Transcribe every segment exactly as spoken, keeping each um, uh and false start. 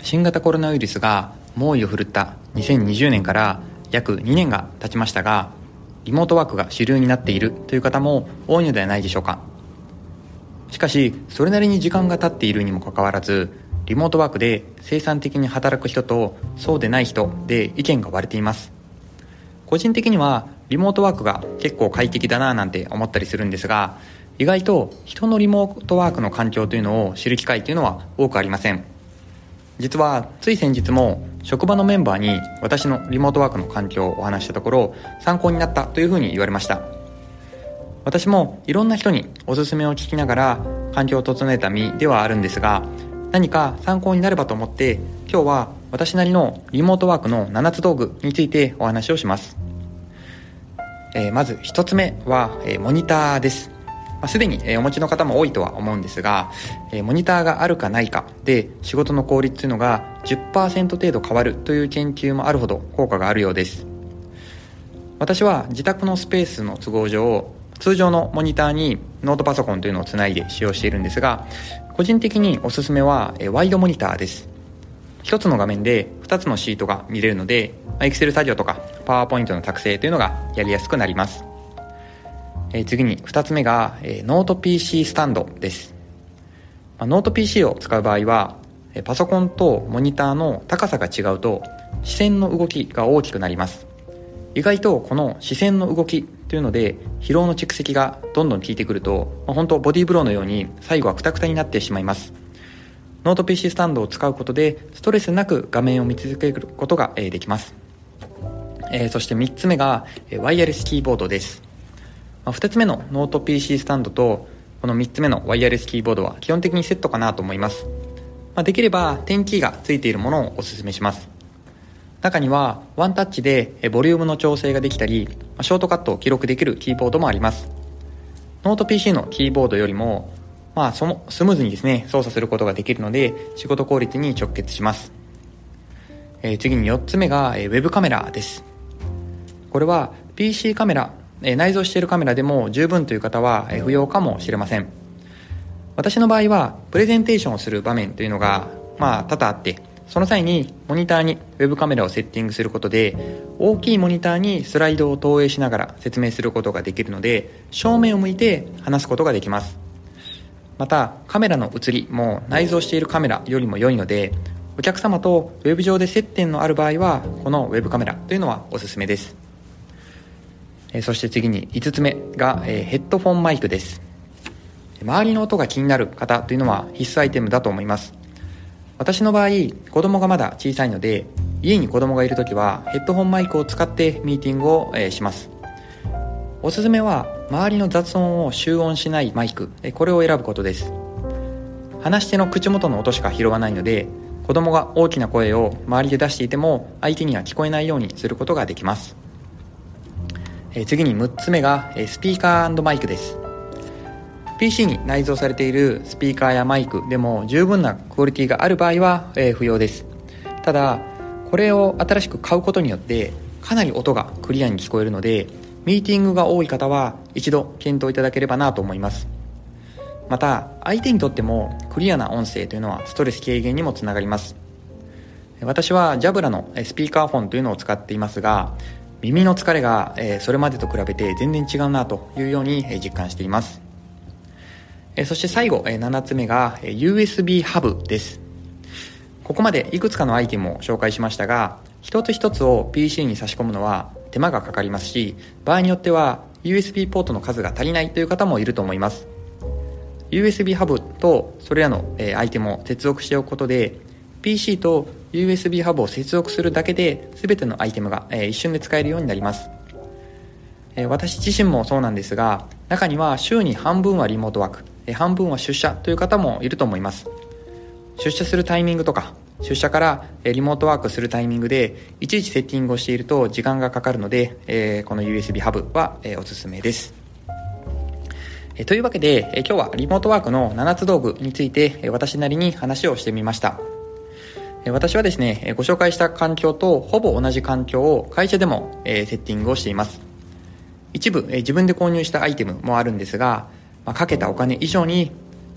新型コロナウイルスが猛威を振るったにせんにじゅうねんから約にねんが経ちましたが、リモートワークが主流になっているという方も多いのではないでしょうか。しかしそれなりに時間が経っているにもかかわらず、リモートワークで生産的に働く人とそうでない人で意見が割れています。個人的にはリモートワークが結構快適だななんて思ったりするんですが、意外と人のリモートワークの環境というのを知る機会というのは多くありません。実はつい先日も職場のメンバーに私のリモートワークの環境をお話したところ、参考になったというふうに言われました。私もいろんな人におすすめを聞きながら環境を整えた身ではあるんですが、何か参考になればと思って今日は私なりのリモートワークのななつ道具についてお話をします。えー、まずひとつめは、えー、モニターです。まあ、すでに、えー、お持ちの方も多いとは思うんですが、えー、モニターがあるかないかで仕事の効率というのが じゅっパーセント 程度変わるという研究もあるほど効果があるようです。私は自宅のスペースの都合上、通常のモニターにノートパソコンというのをつないで使用しているんですが、個人的におすすめは、えー、ワイドモニターです。一つの画面で二つのシートが見れるので、Excel 作業とかパワーポイントの作成というのがやりやすくなります。えー、次に二つ目が、えー、ノート ピーシー スタンドです。まあ、ノート ピーシー を使う場合は、えー、パソコンとモニターの高さが違うと視線の動きが大きくなります。意外とこの視線の動きというので疲労の蓄積がどんどん効いてくると、まあ、本当ボディーブローのように最後はクタクタになってしまいます。ノート ピーシー スタンドを使うことでストレスなく画面を見続けることができます。えー、そしてみっつめがワイヤレスキーボードです。まあ、ふたつめのノート ピーシー スタンドとこのみっつめのワイヤレスキーボードは基本的にセットかなと思います。まあ、できればテンキーがついているものをお勧めします。中にはワンタッチでボリュームの調整ができたり、ショートカットを記録できるキーボードもあります。ノート ピーシー のキーボードよりもまあ、そのスムーズにですね操作することができるので仕事効率に直結します。えー、次によっつめが、えー、ウェブカメラです。これは ピーシー カメラ、えー、内蔵しているカメラでも十分という方は、えー、不要かもしれません。私の場合はプレゼンテーションをする場面というのがまあ多々あって、その際にモニターにウェブカメラをセッティングすることで大きいモニターにスライドを投影しながら説明することができるので、正面を向いて話すことができます。またカメラの写りも内蔵しているカメラよりも良いので、お客様とウェブ上で接点のある場合はこのウェブカメラというのはおすすめです。えー、そして次にいつつめが、えー、ヘッドフォンマイクです。周りの音が気になる方というのは必須アイテムだと思います。私の場合子供がまだ小さいので、家に子供がいるときはヘッドフォンマイクを使ってミーティングを、えー、します。おすすめは周りの雑音を集音しないマイク、これを選ぶことです。話し手の口元の音しか拾わないので、子供が大きな声を周りで出していても相手には聞こえないようにすることができます。え次にむっつめがスピーカー&マイクです。 ピーシー に内蔵されているスピーカーやマイクでも十分なクオリティがある場合は、え不要です。ただこれを新しく買うことによってかなり音がクリアに聞こえるので、ミーティングが多い方は一度検討いただければなと思います。また相手にとってもクリアな音声というのはストレス軽減にもつながります。私はジャブラのスピーカーフォンというのを使っていますが、耳の疲れがそれまでと比べて全然違うなというように実感しています。そして最後ななつめが ユーエスビー ハブです。ここまでいくつかのアイテムを紹介しましたが、一つ一つを ピーシー に差し込むのは手間がかかりますし、場合によっては ユーエスビー ポートの数が足りないという方もいると思います。 ユーエスビー ハブとそれらの、えー、アイテムを接続しておくことで ピーシー と ユーエスビー ハブを接続するだけで全てのアイテムが、えー、一瞬で使えるようになります。えー、私自身もそうなんですが、中には週に半分はリモートワーク、えー、半分は出社という方もいると思います。出社するタイミングとか出社からリモートワークするタイミングでいちいちセッティングをしていると時間がかかるので、えー、この ユーエスビー ハブは、えー、おすすめです。えー、というわけで、えー、今日はリモートワークのななつ道具について、えー、私なりに話をしてみました。えー、私はですね、えー、ご紹介した環境とほぼ同じ環境を会社でも、えー、セッティングをしています。一部、えー、自分で購入したアイテムもあるんですが、まあ、かけたお金以上に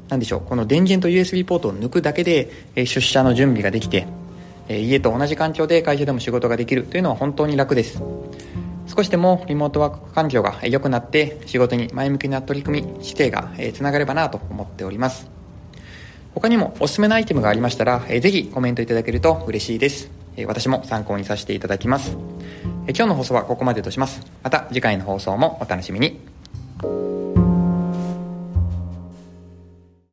なんでしょう、この電源と ユーエスビー ポートを抜くだけで、えー、出社の準備ができて、えー、家と同じ環境で会社でも仕事ができるというのは本当に楽です。少しでもリモートワーク環境が良くなって仕事に前向きな取り組み姿勢がつながればなと思っております。他にもおすすめのアイテムがありましたら、ぜひコメントいただけると嬉しいです。私も参考にさせていただきます。今日の放送はここまでとします。また次回の放送もお楽しみに。